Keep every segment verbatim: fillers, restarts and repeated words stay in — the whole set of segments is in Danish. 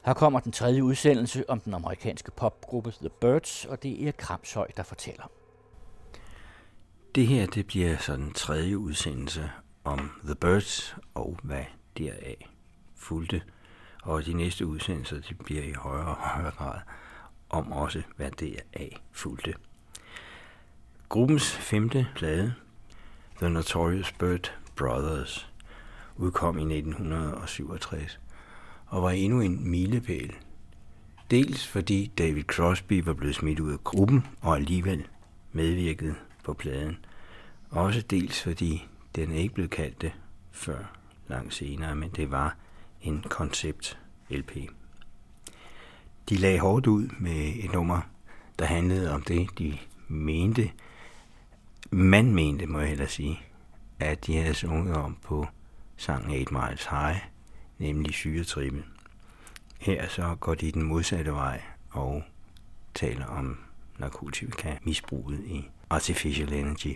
Her kommer den tredje udsendelse om den amerikanske popgruppe The Byrds, og det er Kramshøj, der fortæller. Det her det bliver så den tredje udsendelse om The Byrds og hvad deraf fulgte. Og de næste udsendelser de bliver i højere og højere grad om også hvad deraf fulgte. Gruppens femte plade, The Notorious Byrd Brothers, udkom i nitten syvogtres og var endnu en milepæl. Dels fordi David Crosby var blevet smidt ud af gruppen og alligevel medvirkede på pladen. Også dels fordi den ikke blev kaldt det før langt senere, men det var en koncept-L P. De lagde hårdt ud med et nummer, der handlede om det, de mente, man mente, må jeg hellere sige, at de havde sunget om på sangen Eight Miles High, nemlig syretrippet. Her så går de den modsatte vej og taler om narkotika-misbruget i Artificial Energy.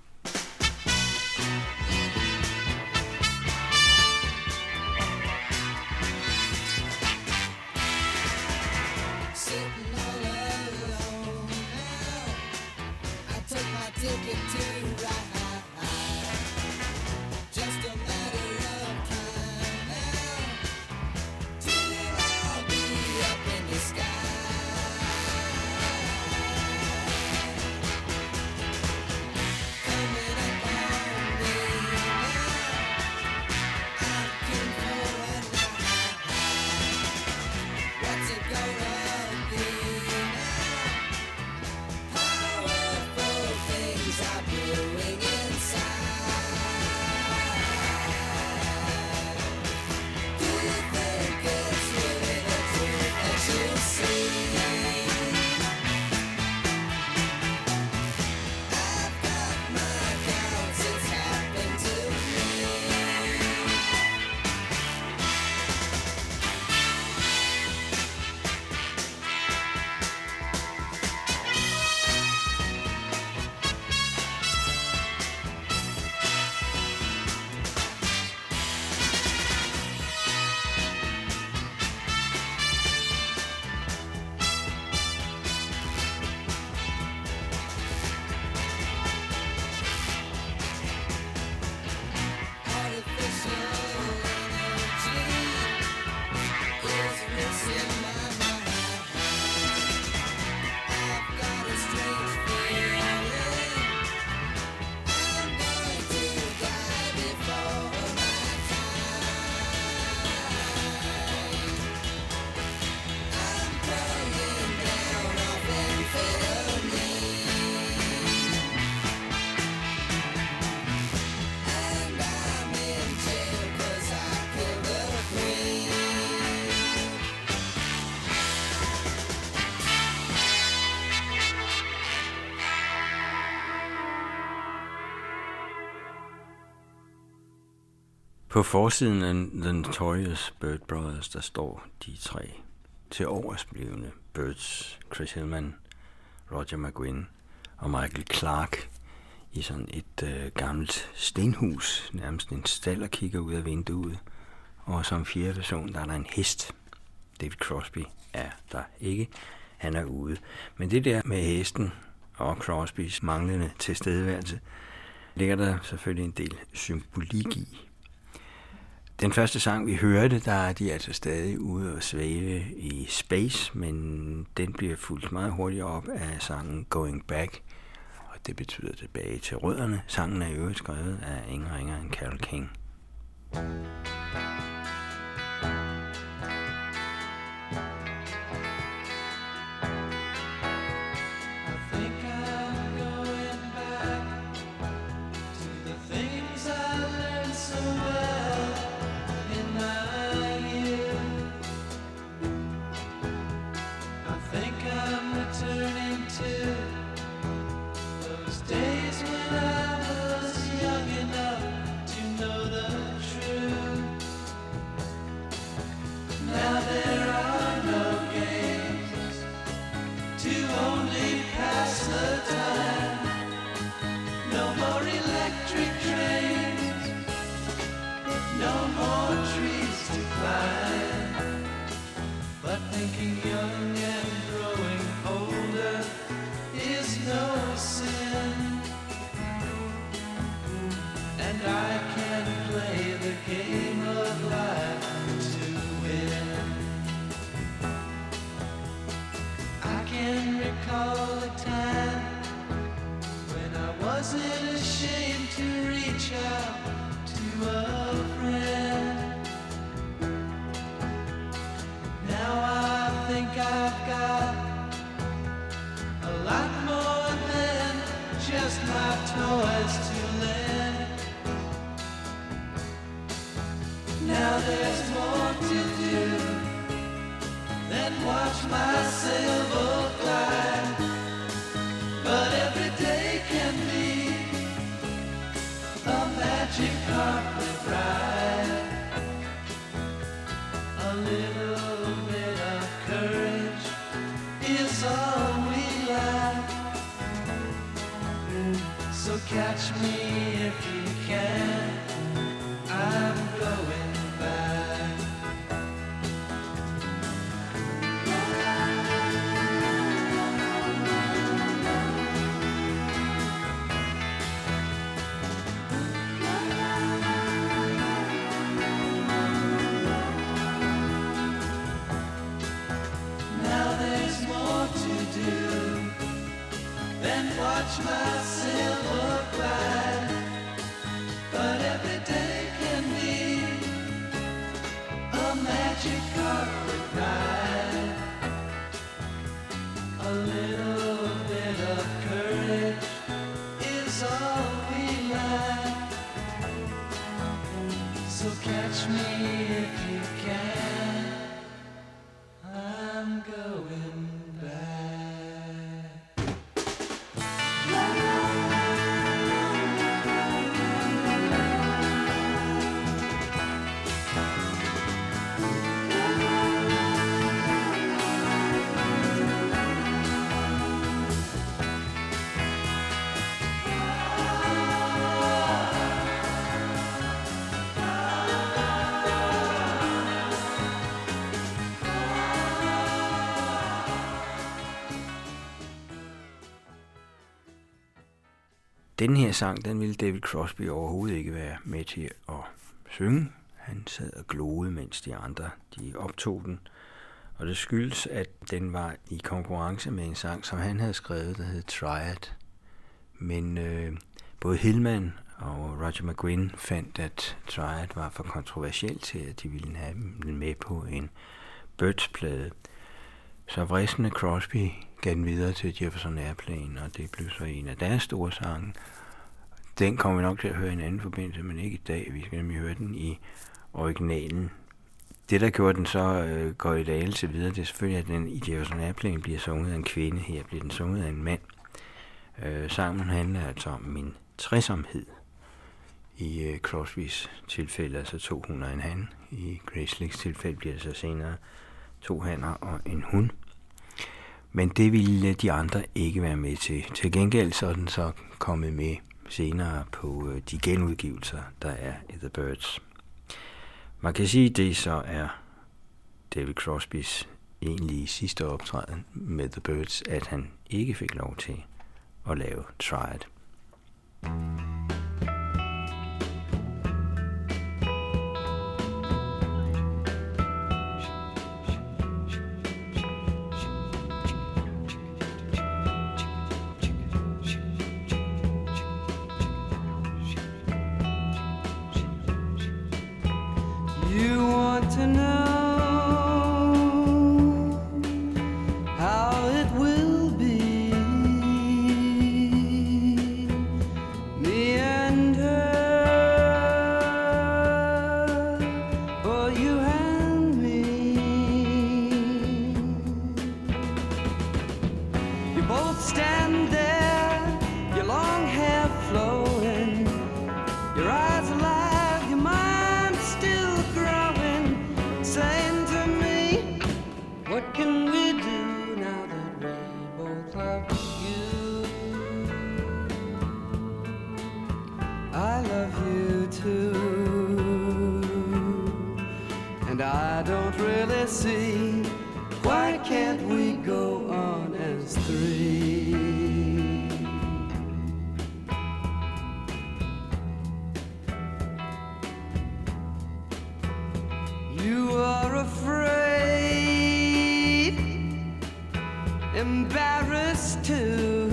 På forsiden af The Notorious Byrd Brothers, der står de tre til oversblevende Byrds, Chris Hillman, Roger McGuinn og Michael Clark i sådan et øh, gammelt stenhus, nærmest en stald, og kigger ud af vinduet. Og som fjerde person, der er der en hest. David Crosby er der ikke. Han er ude. Men det der med hesten og Crosbys manglende tilstedeværelse, ligger der selvfølgelig en del symbolik i. Den første sang, vi hørte, der er de altså stadig ude og svæve i space, men den bliver fulgt meget hurtigt op af sangen Going Back, og det betyder tilbage til rødderne. Sangen er i øvrigt skrevet af ingen ringer end Carole King. little bit of courage is all we lack. So catch me if you can, I'm going back. Now there's more to do than watch myself look back, but every day can be a magic carpet ride. A little bit of courage is all we lack. So catch me if you can, I'm going back. Den her sang, den ville David Crosby overhovedet ikke være med til at synge. Han sad og gloede, mens de andre de optog den. Og det skyldes, at den var i konkurrence med en sang, som han havde skrevet, der hed Triad. Men øh, både Hillman og Roger McGuinn fandt, at Triad var for kontroversielt til, at de ville have den med på en Byrds-plade. Så vristen af Crosby gav den videre til Jefferson Airplane, og det blev så en af deres store sange. Den kommer vi nok til at høre i en anden forbindelse, men ikke i dag. Vi skal nemlig høre den i originalen. Det, der gjorde den så øh, går i dag til videre, det er selvfølgelig, at den i Jefferson Airplane bliver sunget af en kvinde. Her bliver den sunget af en mand. Øh, sangen handler altså om min træsomhed. I øh, Crosbys tilfælde altså to hunder og en han. I Grace Slicks tilfælde bliver det så senere to hanner og en hund. Men det ville de andre ikke være med til. Til gengæld så er den så kommet med senere på øh, de genudgivelser, der er i The Byrds. Man kan sige, at det så er David Crosbys egentlige sidste optræden med The Byrds, at han ikke fik lov til at lave Triad. You want to know how it will be, me and her, or you and me. You both stand there, your long hair flowing, your eyes alive, your mind still growing, saying to me, what can we do now that we both love you? I love you too, and I don't really see, why can't we go on as three? You are afraid, embarrassed too.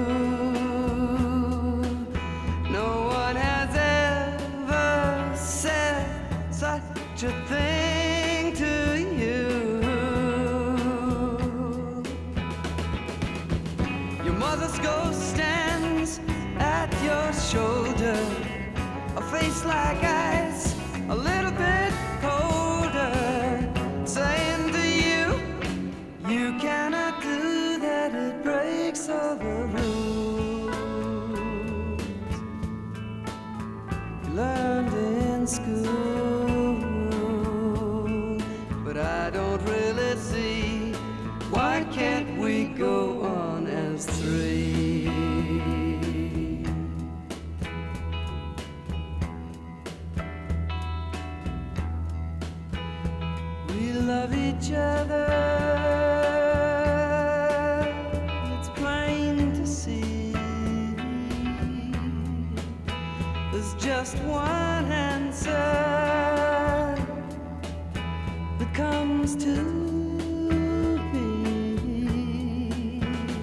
No one has ever said such a thing to you. Your mother's ghost stands at your shoulder, a face like ice, a little bit colder, saying to you, you cannot do that, it breaks all go on as three. We love each other, it's plain to see. There's just one answer that comes to me.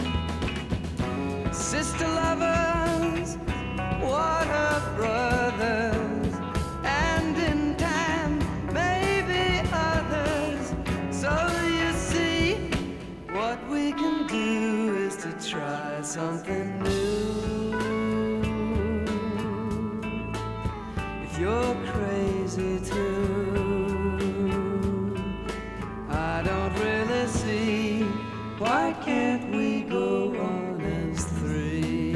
Sister lovers, water brothers, and in time maybe others. So you see, what we can do is to try something new. If you're crazy too, I don't really see, why can't we go on as three?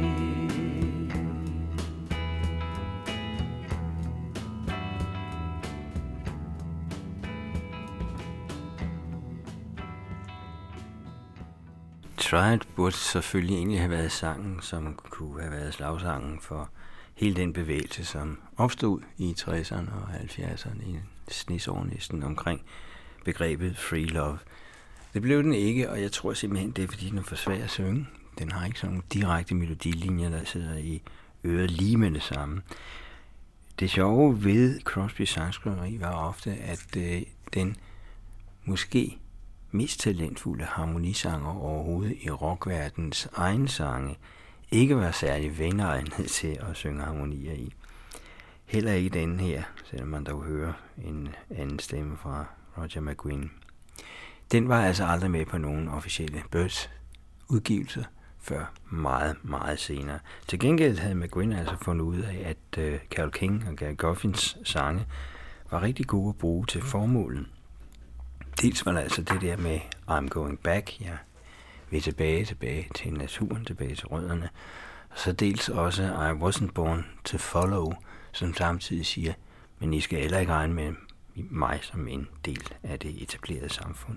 Triad burde selvfølgelig egentlig have været sangen, som kunne have været slagsangen for hele den bevægelse, som opstod i tresserne og halvfjerdserne, i snesår næsten omkring begrebet free love. Det blev den ikke, og jeg tror simpelthen, det er fordi, den er for svær at synge. Den har ikke sådan nogle direkte melodilinjer, der sidder i øret lige med det samme. Det sjove ved Crosby's sangskriveri var ofte, at øh, den måske mest talentfulde harmonisanger overhovedet i rockverdens egen sange ikke var særlig velegnet til at synge harmonier i. Heller ikke den her, selvom man dog hører en anden stemme fra Roger McGuinn. Den var altså aldrig med på nogen officielle Byrds udgivelser før meget, meget senere. Til gengæld havde McGuinn altså fundet ud af, at uh, Carole King og Gary Goffins sange var rigtig gode at bruge til formålen. Dels var der altså det der med I'm going back, ja, vi er tilbage, tilbage til naturen, tilbage til rødderne. Og så dels også I wasn't born to follow, som samtidig siger, men I skal heller ikke regne med mig som en del af det etablerede samfund.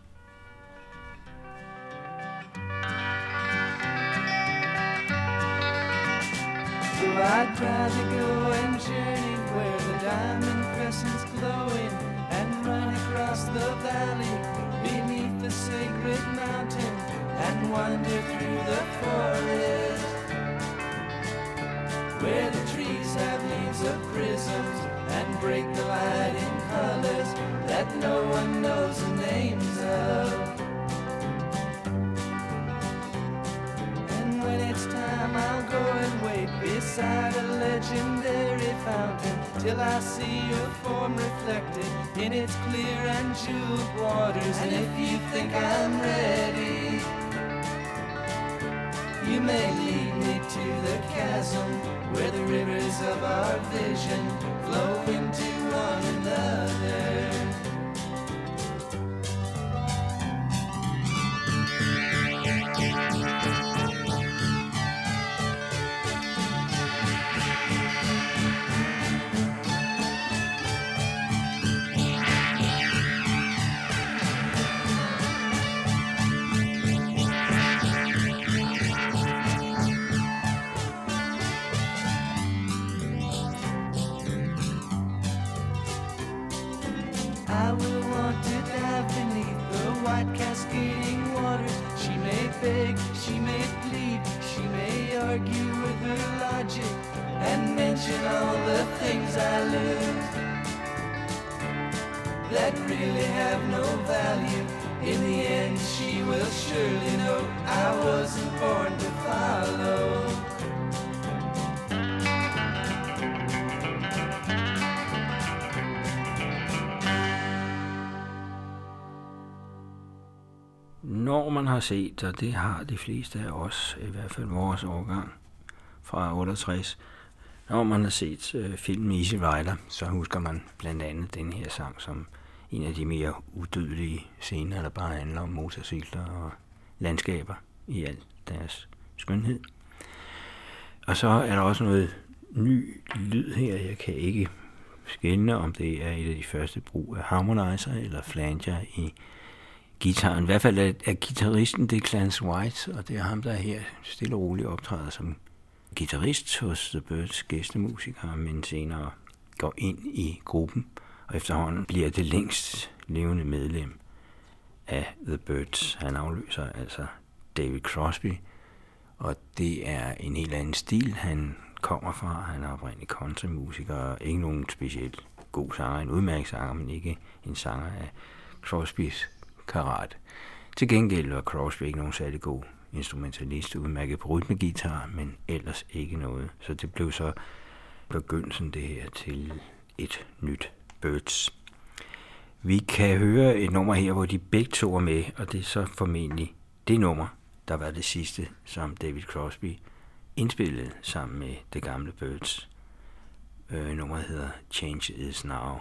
So I'd rather go and journey where the diamond crescent's glowing, and run across the valley beneath the sacred mountain, and wander through the forest where the trees have leaves of prisms and break the light in colors that no one knows the names of. And when it's time, I'll go and wait beside a legendary fountain till I see your form reflected in its clear and jeweled waters. And if you think I'm ready, you may lead me to the chasm where the rivers of our vision flow into one another. I will want to dive beneath the white cascading waters. She may beg, she may plead, she may argue with her logic and mention all the things I lose that really have no value. In the end, she will surely know I wasn't born to follow. Når man har set, og det har de fleste af os, i hvert fald vores årgang fra otteogtres, når man har set øh, filmen Easy Rider, så husker man blandt andet den her sang som en af de mere udødelige scener, der bare handler om motorcykler og landskaber i al deres skønhed. Og så er der også noget ny lyd her. Jeg kan ikke skelne, om det er et af de første brug af harmonizer eller flanger i guitaren. I hvert fald er, er guitaristen, det er Clarence White, og det er ham, der her stille og roligt optræder som guitarist hos The Byrds gæstemusikere, men senere går ind i gruppen, og efterhånden bliver det længst levende medlem af The Byrds. Han afløser altså David Crosby, og det er en helt anden stil, han kommer fra. Han er oprindelig countrymusiker, og ikke nogen specielt god sanger, en udmærket sanger, men ikke en sanger af Crosbys karat. Til gengæld var Crosby ikke nogen særlig god instrumentalist, udmærket på rytmegitar, men ellers ikke noget. Så det blev så begyndelsen det her til et nyt Byrds. Vi kan høre et nummer her, hvor de begge to er med, og det er så formentlig det nummer, der var det sidste, som David Crosby indspillede sammen med det gamle Byrds. Øh, nummeret hedder Change Is Now.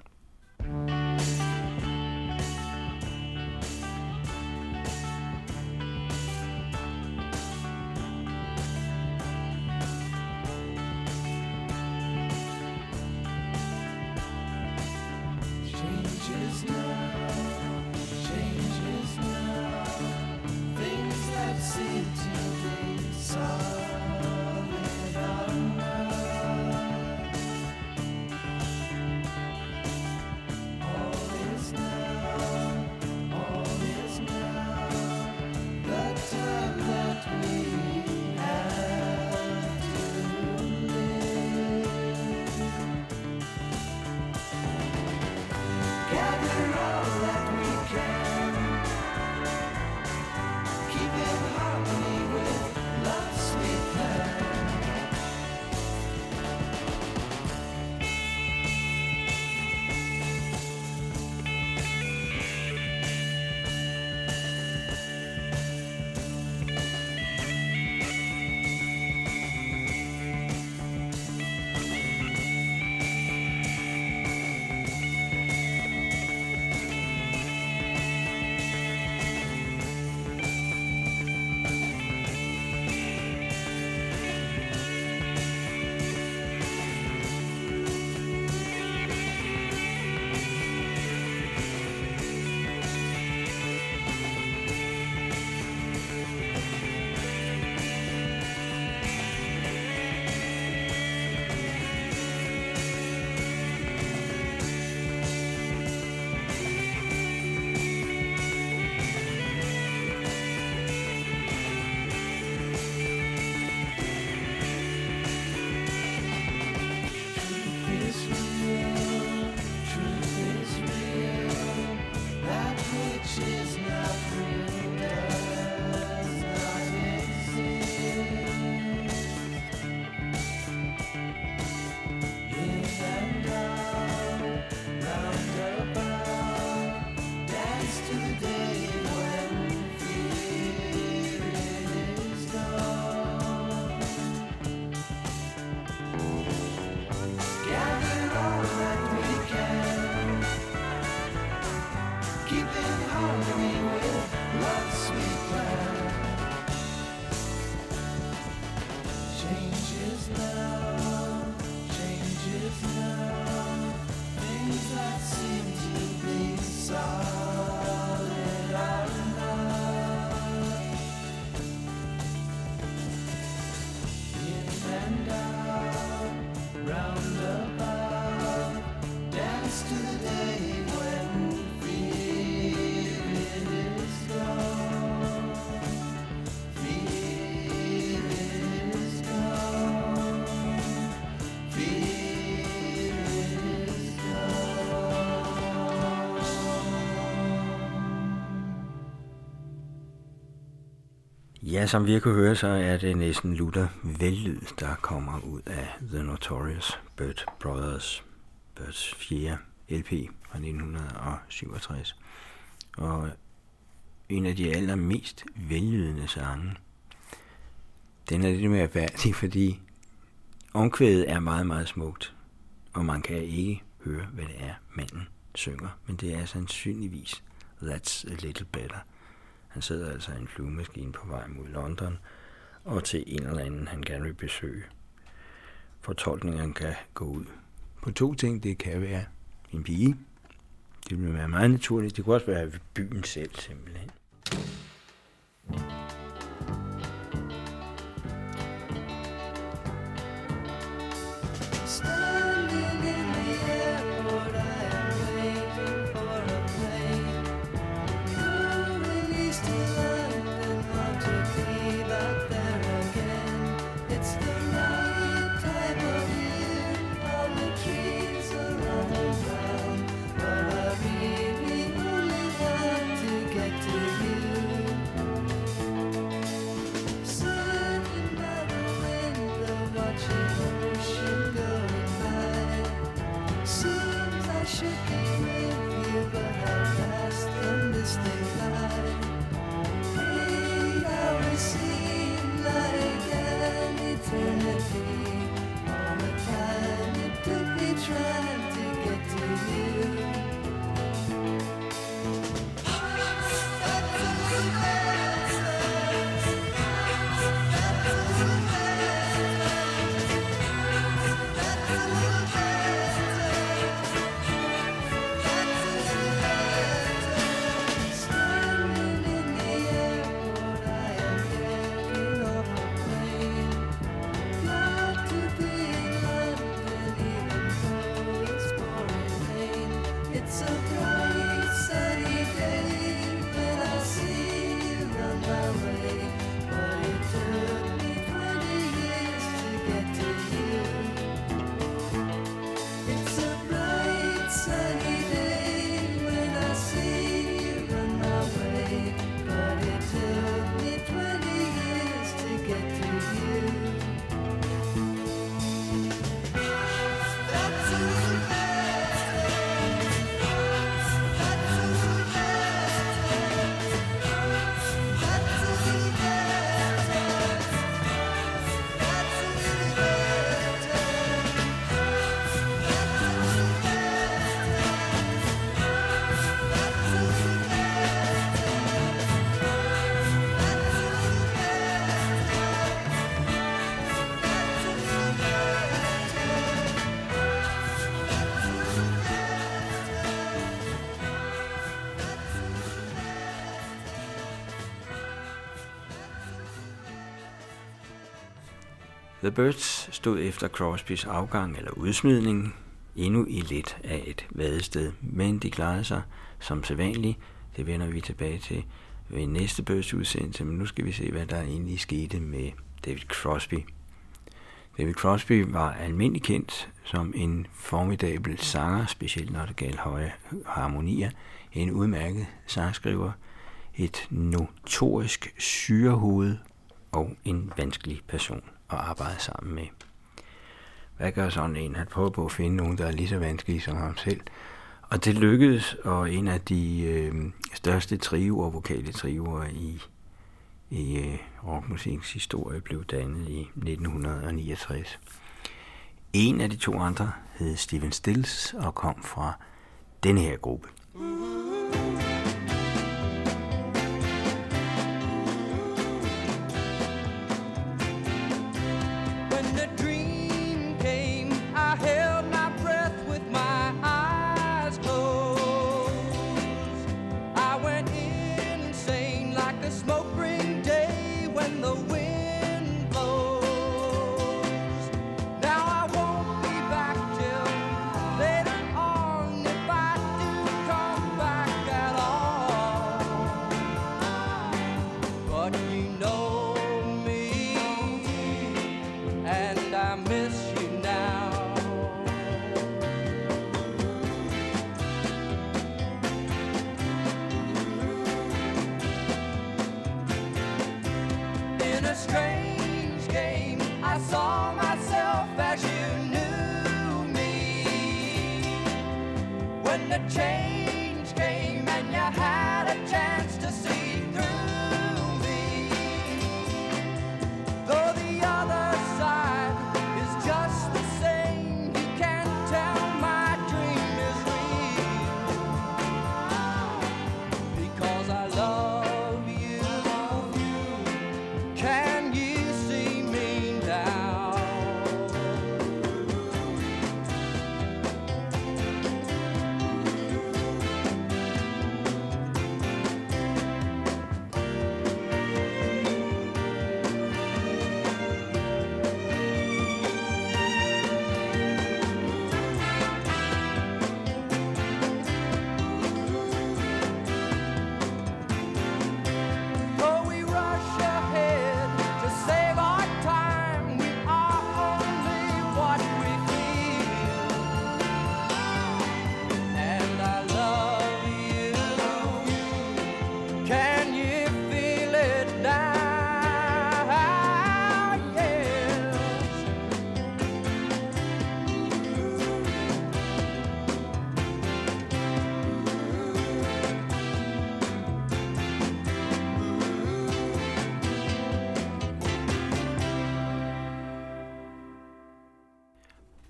Ja, som vi kan høre, så er det næsten lutter vellyd, der kommer ud af The Notorious Byrd Brothers, Byrds fjerde L P fra nitten syvogtres. Og en af de allermest vellydende sange. Den er lidt mere værdig, fordi omkvædet er meget, meget smukt, og man kan ikke høre, hvad det er, manden synger, men det er sandsynligvis That's a Little Better. Han sidder altså i en flyvemaskine på vej mod London, og til en eller anden, han gerne vil besøge. Fortolkningen kan gå ud på to ting. Det kan være en pige, Det ville være meget naturligt. Det kunne også være byen selv, simpelthen. The Byrds stod efter Crosbys afgang eller udsmidning endnu i lidt af et vadested, men de klarede sig som sædvanligt. Det vender vi tilbage til ved næste Byrds udsendelse, men nu skal vi se, hvad der egentlig skete med David Crosby. David Crosby var almindelig kendt som en formidabel sanger, specielt når det galt høje harmonier, en udmærket sangskriver, et notorisk syrehoved og en vanskelig person at arbejde sammen med. Hvad gør sådan en? Han prøver på at finde nogen, der er lige så vanskelige som ham selv. Og det lykkedes, og en af de øh, største trioer, vokale trioer i, i øh, rockmusikkens historie blev dannet i nitten niogtres. En af de to andre hed Stephen Stills og kom fra denne her gruppe.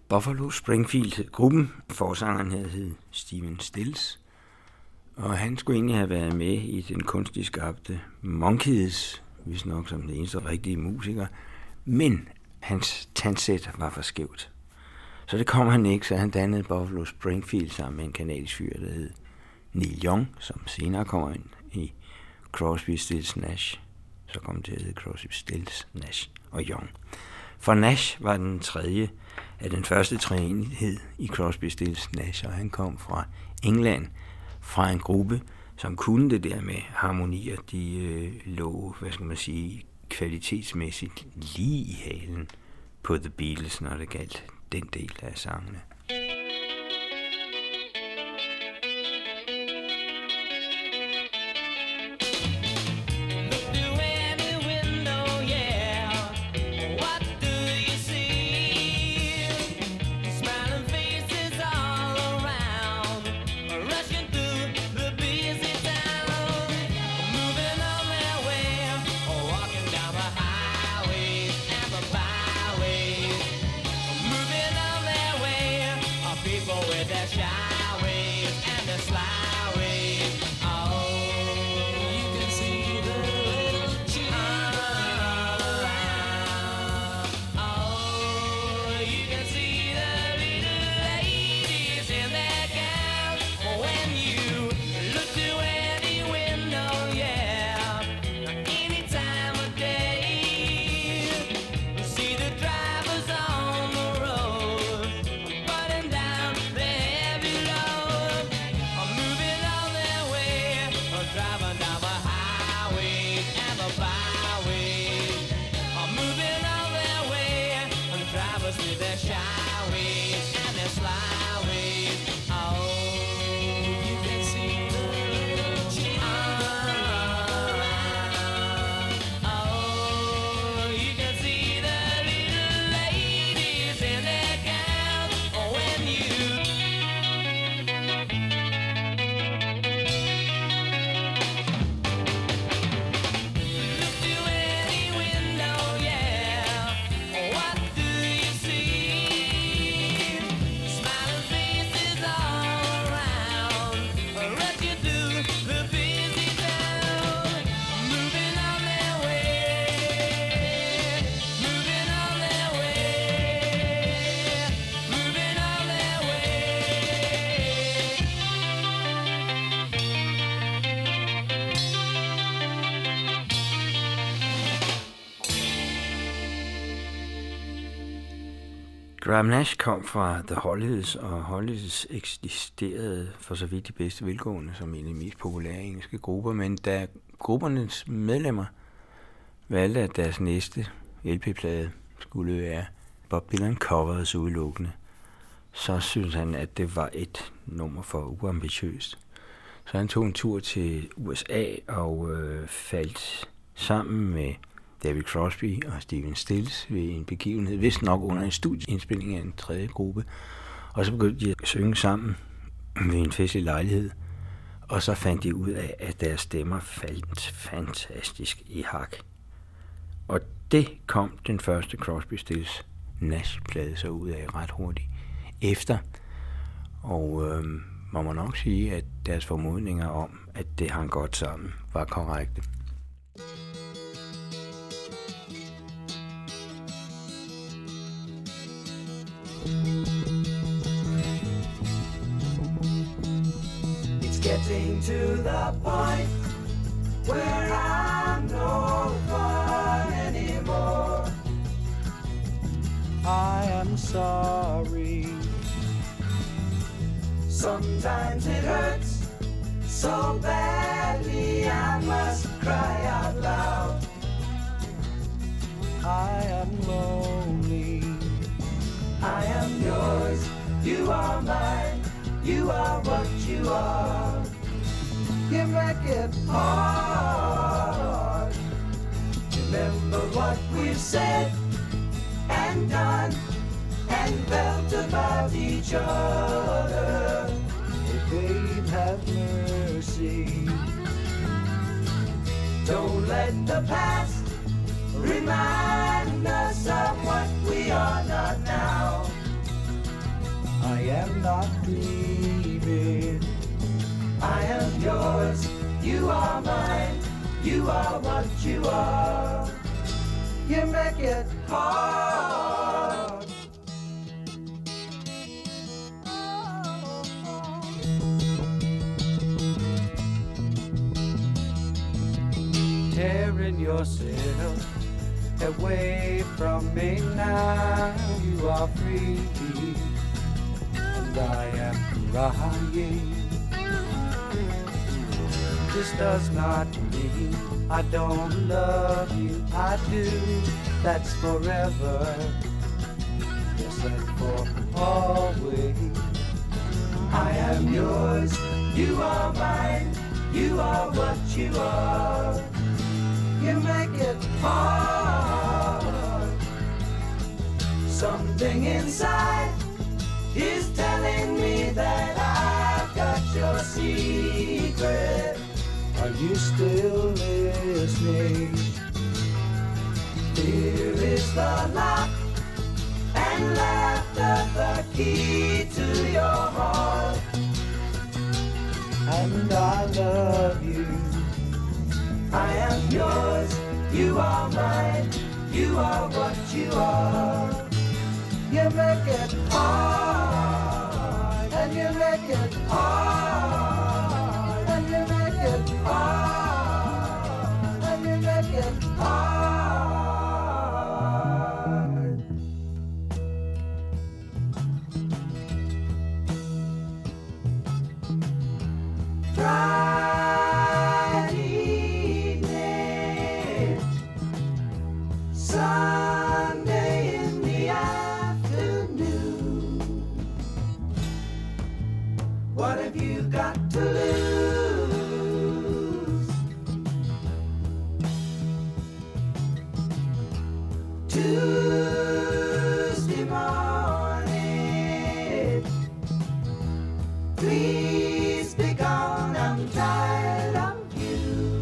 Buffalo Springfield, gruppen, forsangeren hed Stephen Stills, og han skulle egentlig have været med i den kunstigt skabte Monkees, hvis nok som den eneste rigtige musiker, men hans tandsæt var for skævt. Så det kom han ikke, så han dannede Buffalo Springfield sammen med en kanadisk fyr, der hed Neil Young, som senere kommer ind i Crosby, Stills, Nash. Så kom det til at hedde Crosby, Stills, Nash og Young. For Nash var den tredje af den første træenighed i Crosby, Stills, Nash, og han kom fra England, fra en gruppe, som kunne det der med harmonier. De øh, lå, hvad skal man sige, kvalitetsmæssigt lige i halen på The Beatles, når det galt den del af sangene. Graham Nash kom fra The Hollies, og Hollies eksisterede for så vidt de bedste velgående som en af de mest populære engelske grupper, men da gruppernes medlemmer valgte, at deres næste L P-plade skulle være Bob Dylan covers udelukkende, så synes han, at det var et nummer for uambitiøst. Så han tog en tur til U S A og øh, faldt sammen med David Crosby og Stephen Stills ved en begivenhed, vist nok under en studieindspilning af en tredje gruppe. Og så begyndte de at synge sammen ved en festlig lejlighed, og så fandt de ud af, at deres stemmer faldt fantastisk i hak. Og det kom den første Crosby, Stills, Nash-plade så ud af ret hurtigt efter. Og øh, man må nok sige, at deres formodninger om, at det hang godt sammen, var korrekte. It's getting to the point where I'm no fun anymore. I am sorry. Sometimes it hurts so badly I must cry out loud. I am lonely. I am yours, you are mine, you are what you are. You make it hard. Remember what we've said and done and felt about each other. Oh, babe, have mercy. Don't let the past remind us of what we are not now. am not dreaming. I am yours, you are mine, you are what you are. You make it hard. Tearing yourself away from me now. You are free and I am crying. This does not mean I don't love you, I do. That's forever, yes, and for always. I am yours, you are mine, you are what you are. You make it hard. Something inside is telling me that I've got your secret. Are you still listening? Here is the lock, and laughter the key to your heart. And I love you. I am yours, you are mine, you are what you are. You make it hard, and you make it hard, and you make it hard, and you make it hard. Friday evening, Sunday in the afternoon. What have you got to lose? Tuesday morning, please be gone, I'm tired of you.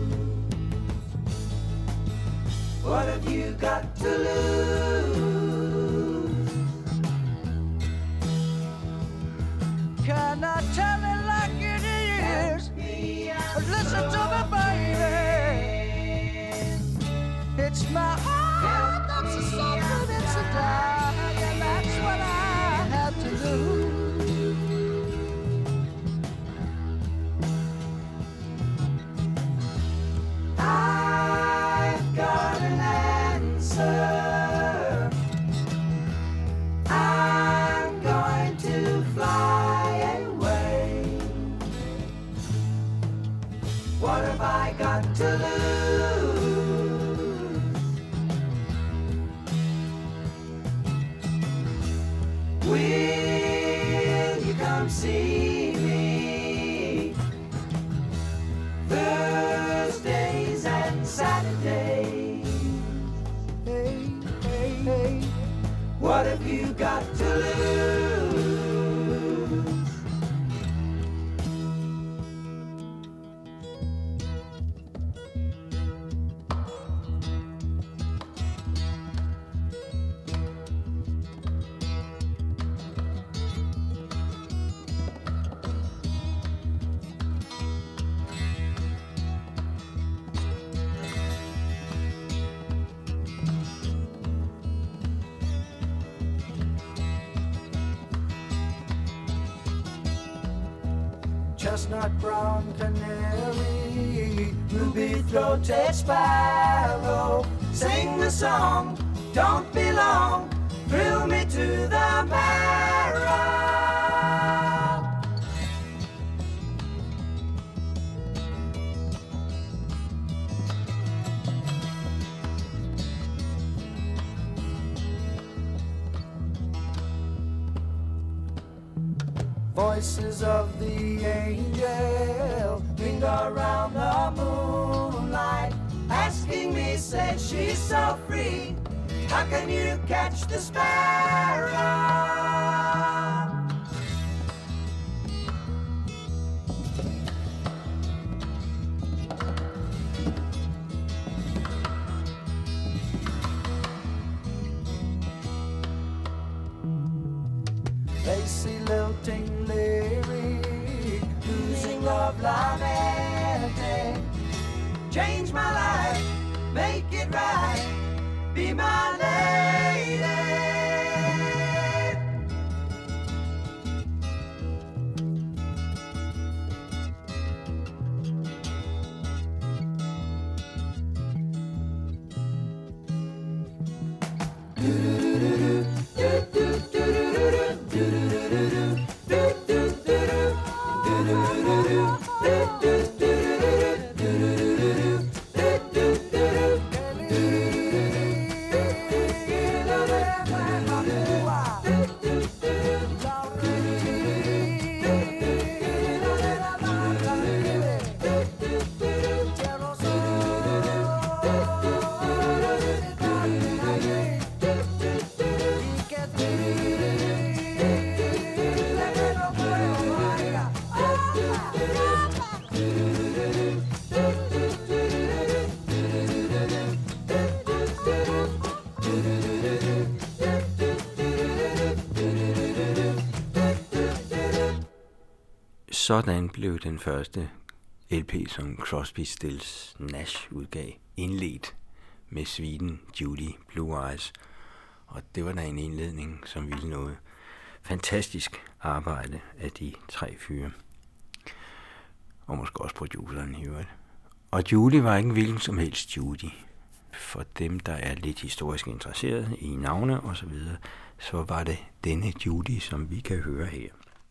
What have you got to lose? Can I tell it like it is? Listen to me, baby. It's my heart that's a suffer, it's a die, and that's what I have to do. I've got an answer. I'm going to fly away. What have I got to lose? Will you come see me Thursdays and Saturdays? Hey, hey, hey. What have you got to lose? Chestnut brown canary, ruby-throated sparrow, sing the song, don't be long, thrill me to the marrow. Voices of the angel ring around the moonlight, asking me, say she's so free, how can you catch the sparrow? Lacy lilted Blimey, change my life, make it right, be my lady. Sådan blev den første L P, som Crosby, Stills, Nash udgav, indledt med suiten Judy Blue Eyes. Og det var da en indledning, som ville noget fantastisk arbejde af de tre fyre. Og måske også produceren i øvrigt. Og Judy var ikke en hvilken som helst Judy. For dem, der er lidt historisk interesseret i navne og så videre, så var det denne Judy, som vi kan høre her.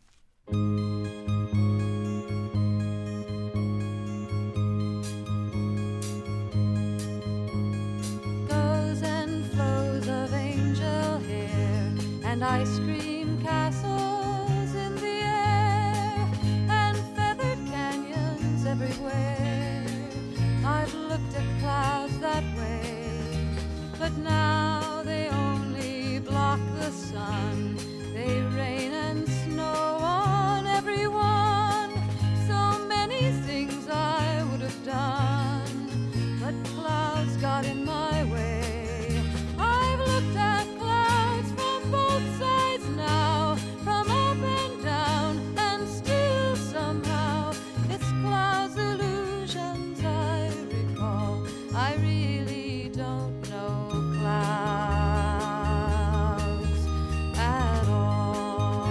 Ice cream castles in the air and feathered canyons everywhere. I've looked at clouds that way, but now they only block the sun. They rain and snow on everyone. So many things I would have done, but clouds got in my way. I've looked at clouds from both sides now, from up and down, and still somehow it's clouds' illusions I recall. I really don't know clouds at all.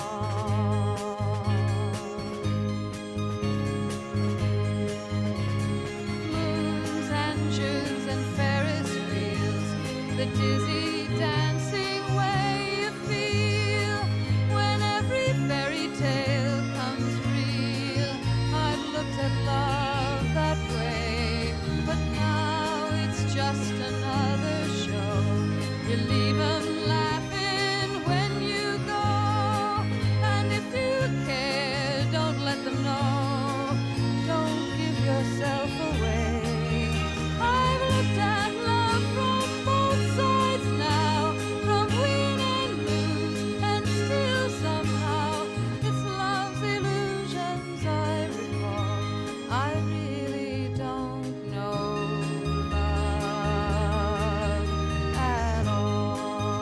Moons and shoes and Ferris wheels, the dizzy dancing way you feel when every fairy tale comes real. I've looked at love that way, but now it's just another show. You leave 'em laughing when you go, and if you care, don't let them know. Don't give yourself away. I've looked at love from both sides now, from win and lose, and still somehow it's love's illusions I recall. I really don't know love at all.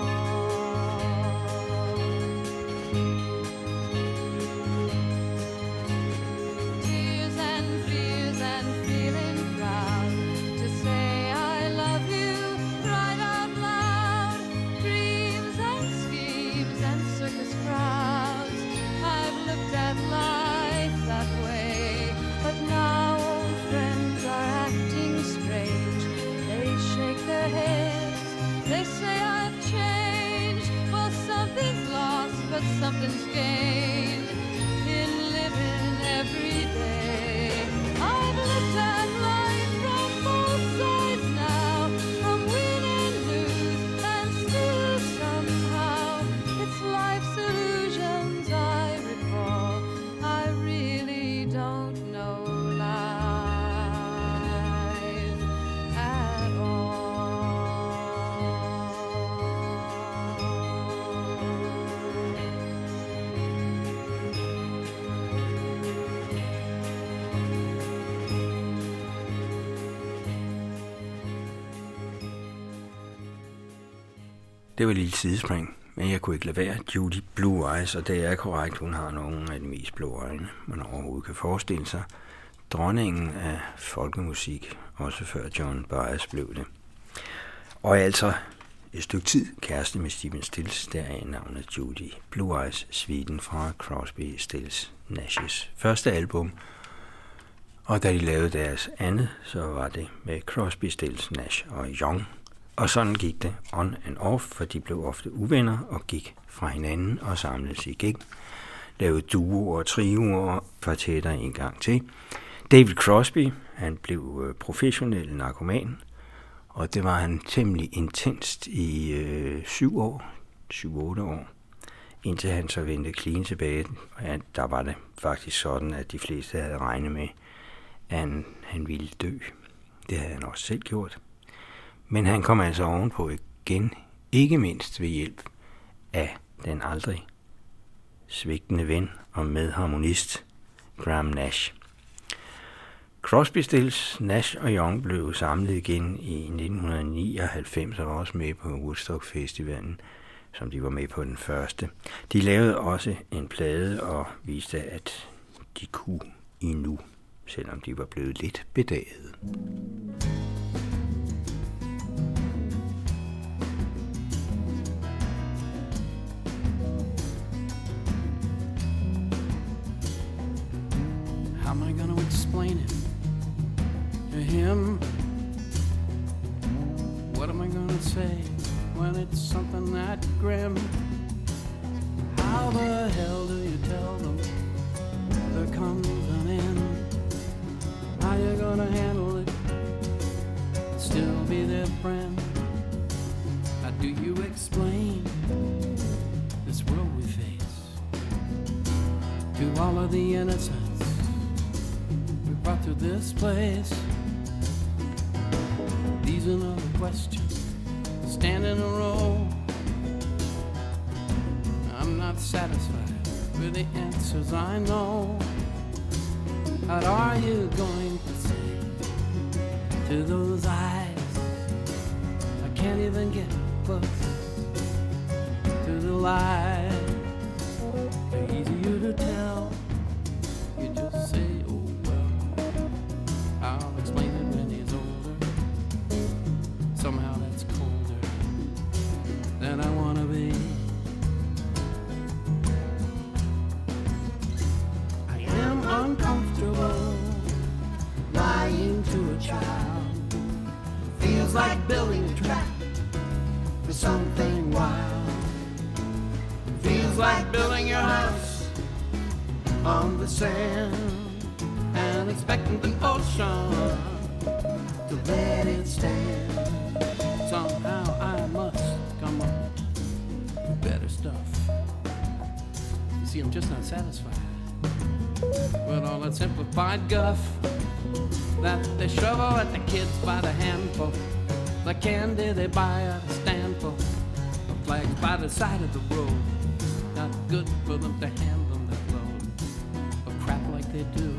Tears and fears and feeling proud to say I love you right out loud. Dreams and schemes and circus crowds. I've looked at life that way, but now old friends are acting strange. They shake their heads, they say I've changed. Well, something's lost, but something's gained in living every day. I've looked at life from both sides now, from win and lose, and still somehow it's life's illusions I recall. I really don't know life at Det var et lille sidespring, Men jeg kunne ikke lade være. Judy Blue Eyes, og det er korrekt, hun har nogle af de mest blå øjne, man overhovedet kan forestille sig. Dronningen af folkemusik, også før John Baez blev det. Og altså et stykke tid kæreste med Stephen Stills, der er navnet Judy Blue Eyes, suiten fra Crosby, Stills, Nashes første album. Og da de lavede deres andet, så var det med Crosby, Stills, Nash og Young. Og sådan gik det on and off, for de blev ofte uvenner og gik fra hinanden og samledes igen. Lavede duoer og trioer og kvartetter en gang til. David Crosby, han blev professionel narkoman, og det var han temmelig intenst i øh, syv år, syv-otte år, indtil han så vendte clean tilbage. Ja, der var det faktisk sådan, at de fleste havde regnet med, at han, han ville dø. Det havde han også selv gjort. Men han kom altså ovenpå igen, ikke mindst ved hjælp af den aldrig svigtende ven og medharmonist Graham Nash. Crosby, Stills, Nash og Young blev samlet igen i nitten nioghalvfems og var også med på Woodstock Festivalen, som de var med på den første. De lavede også en plade og viste, at de kunne endnu, selvom de var blevet lidt bedagede. How am I gonna explain it to him? What am I gonna say when it's something that grim? How the hell do you tell them there comes an end? How you gonna handle it? Still be their friend? How do you explain this world we face to all of the innocents brought to this place? These are not the questions stand in a row. I'm not satisfied with the answers I know. What are you going to say to those eyes? I can't even get close to the light. They're easier to tell. You just say, oh, I'll explain it when he's older. Somehow that's colder than I wanna be. I am uncomfortable lying to a child. Feels like building a trap for something wild. Feels like building your house on the sand and expecting the ocean to let it stand. Somehow I must come up with better stuff. You see, I'm just not satisfied with all that simplified guff that they shovel at the kids by the handful. The candy they buy at a standful. The flags by the side of the road. Not good for them to handle that load of crap like they do.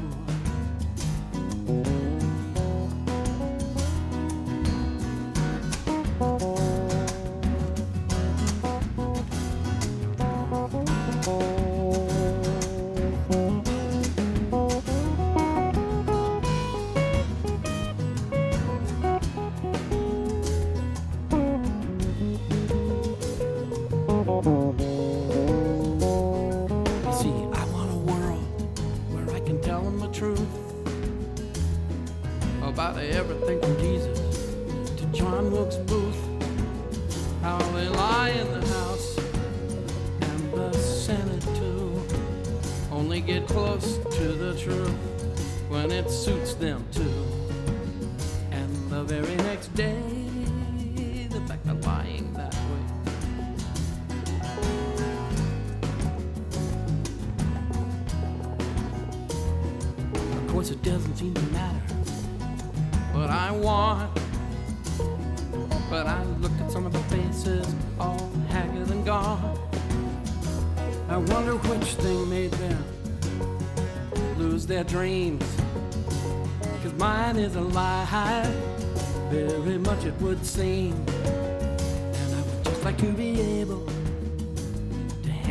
It doesn't seem to matter what I want, but I look at some of the faces all haggard and gone. I wonder which thing made them lose their dreams, 'cause mine is a lie, very much it would seem. And I would just like to be able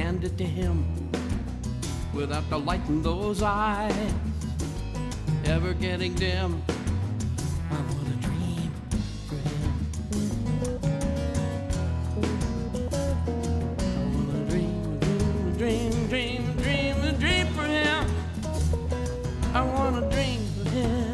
hand it to him without the light in those eyes ever getting dim. I wanna dream for him. I wanna dream, dream, dream, dream, dream, dream for him. I wanna dream for him.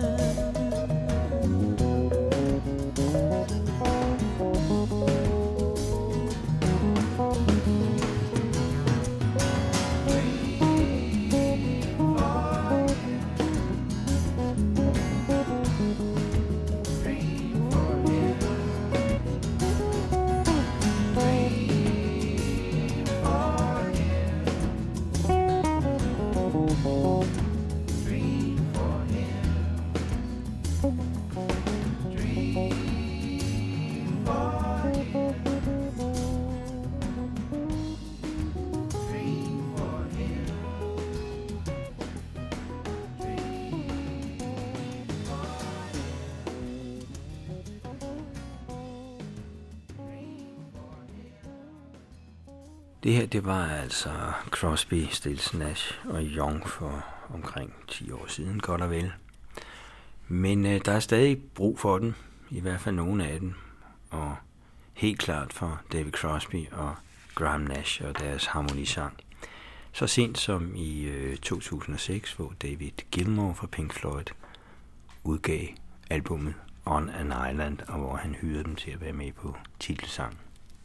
Det her, det var altså Crosby, Stills, Nash og Young for omkring ti år siden, godt og vel. Men øh, der er stadig brug for den, i hvert fald nogle af dem, og helt klart for David Crosby og Graham Nash og deres harmonisang. Så sent som i øh, to tusind og seks, hvor David Gilmour fra Pink Floyd udgav albumet On an Island, og hvor han hyrede dem til at være med på titelsangen.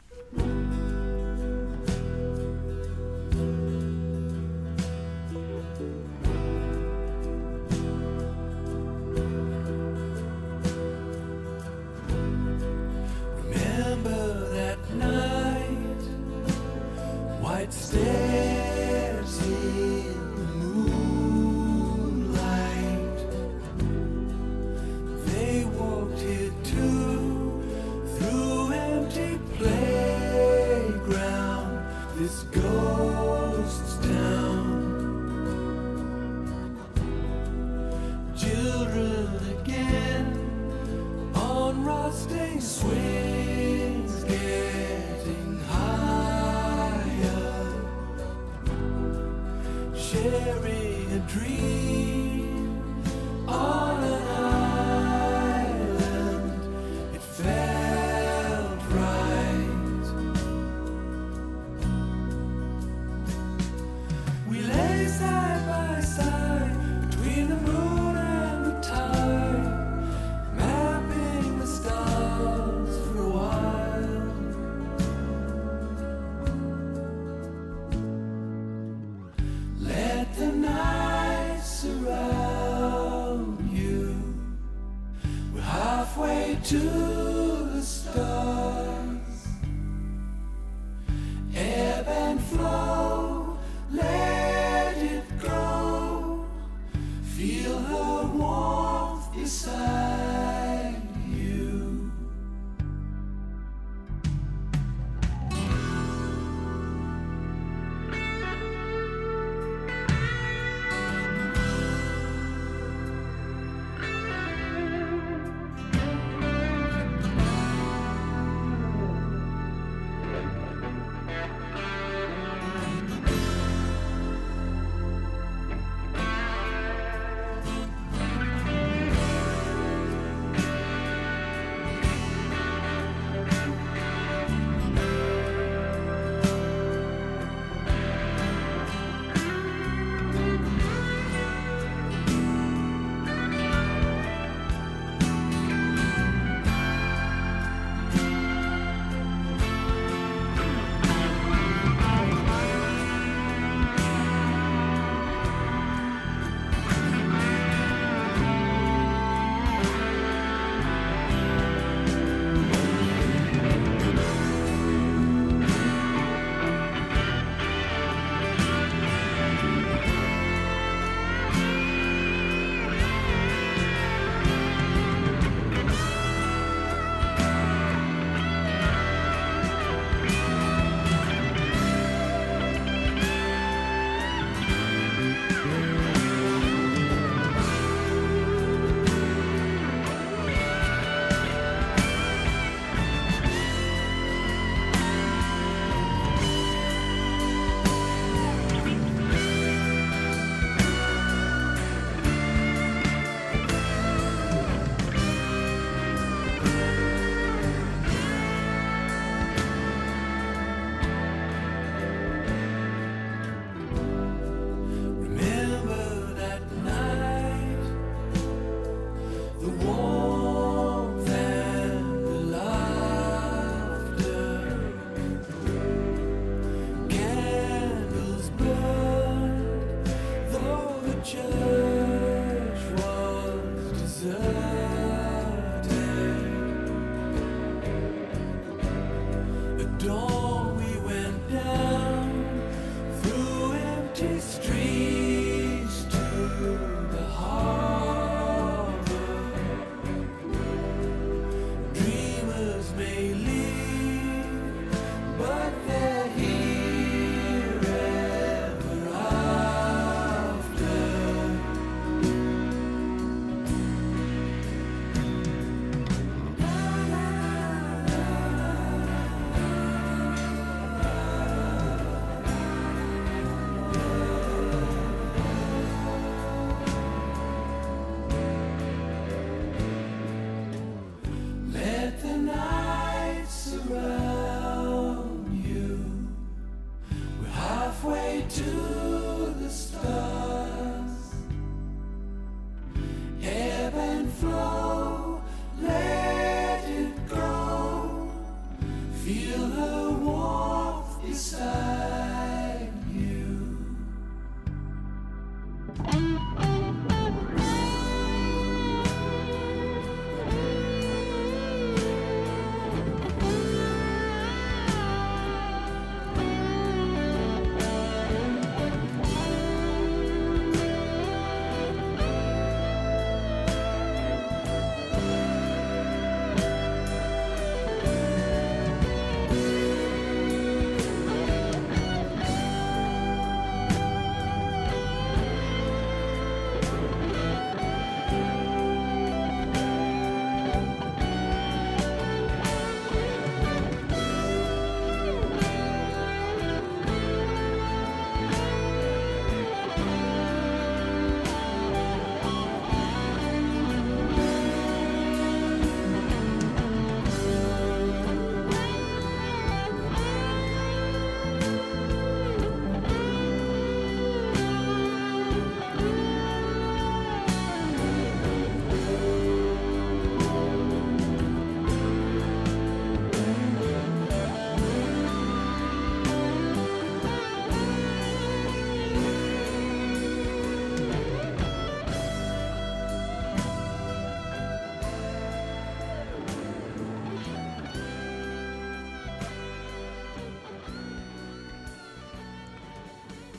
Stairs in the moonlight. They walked here too, through empty playground, this ghost town. Children again on rusting swings, getting higher, sharing a dream on an island. It felt right. We lay side by side between the moon and the tide, mapping the stars for a while. Let the night surround you. We're halfway to the stars. Ebb and flow, let it go. Feel her warmth beside you.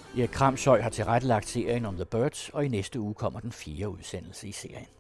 Erik Kramshøj har tilrettelagt serien om The Byrds, og i næste uge kommer den fjerde udsendelse i serien.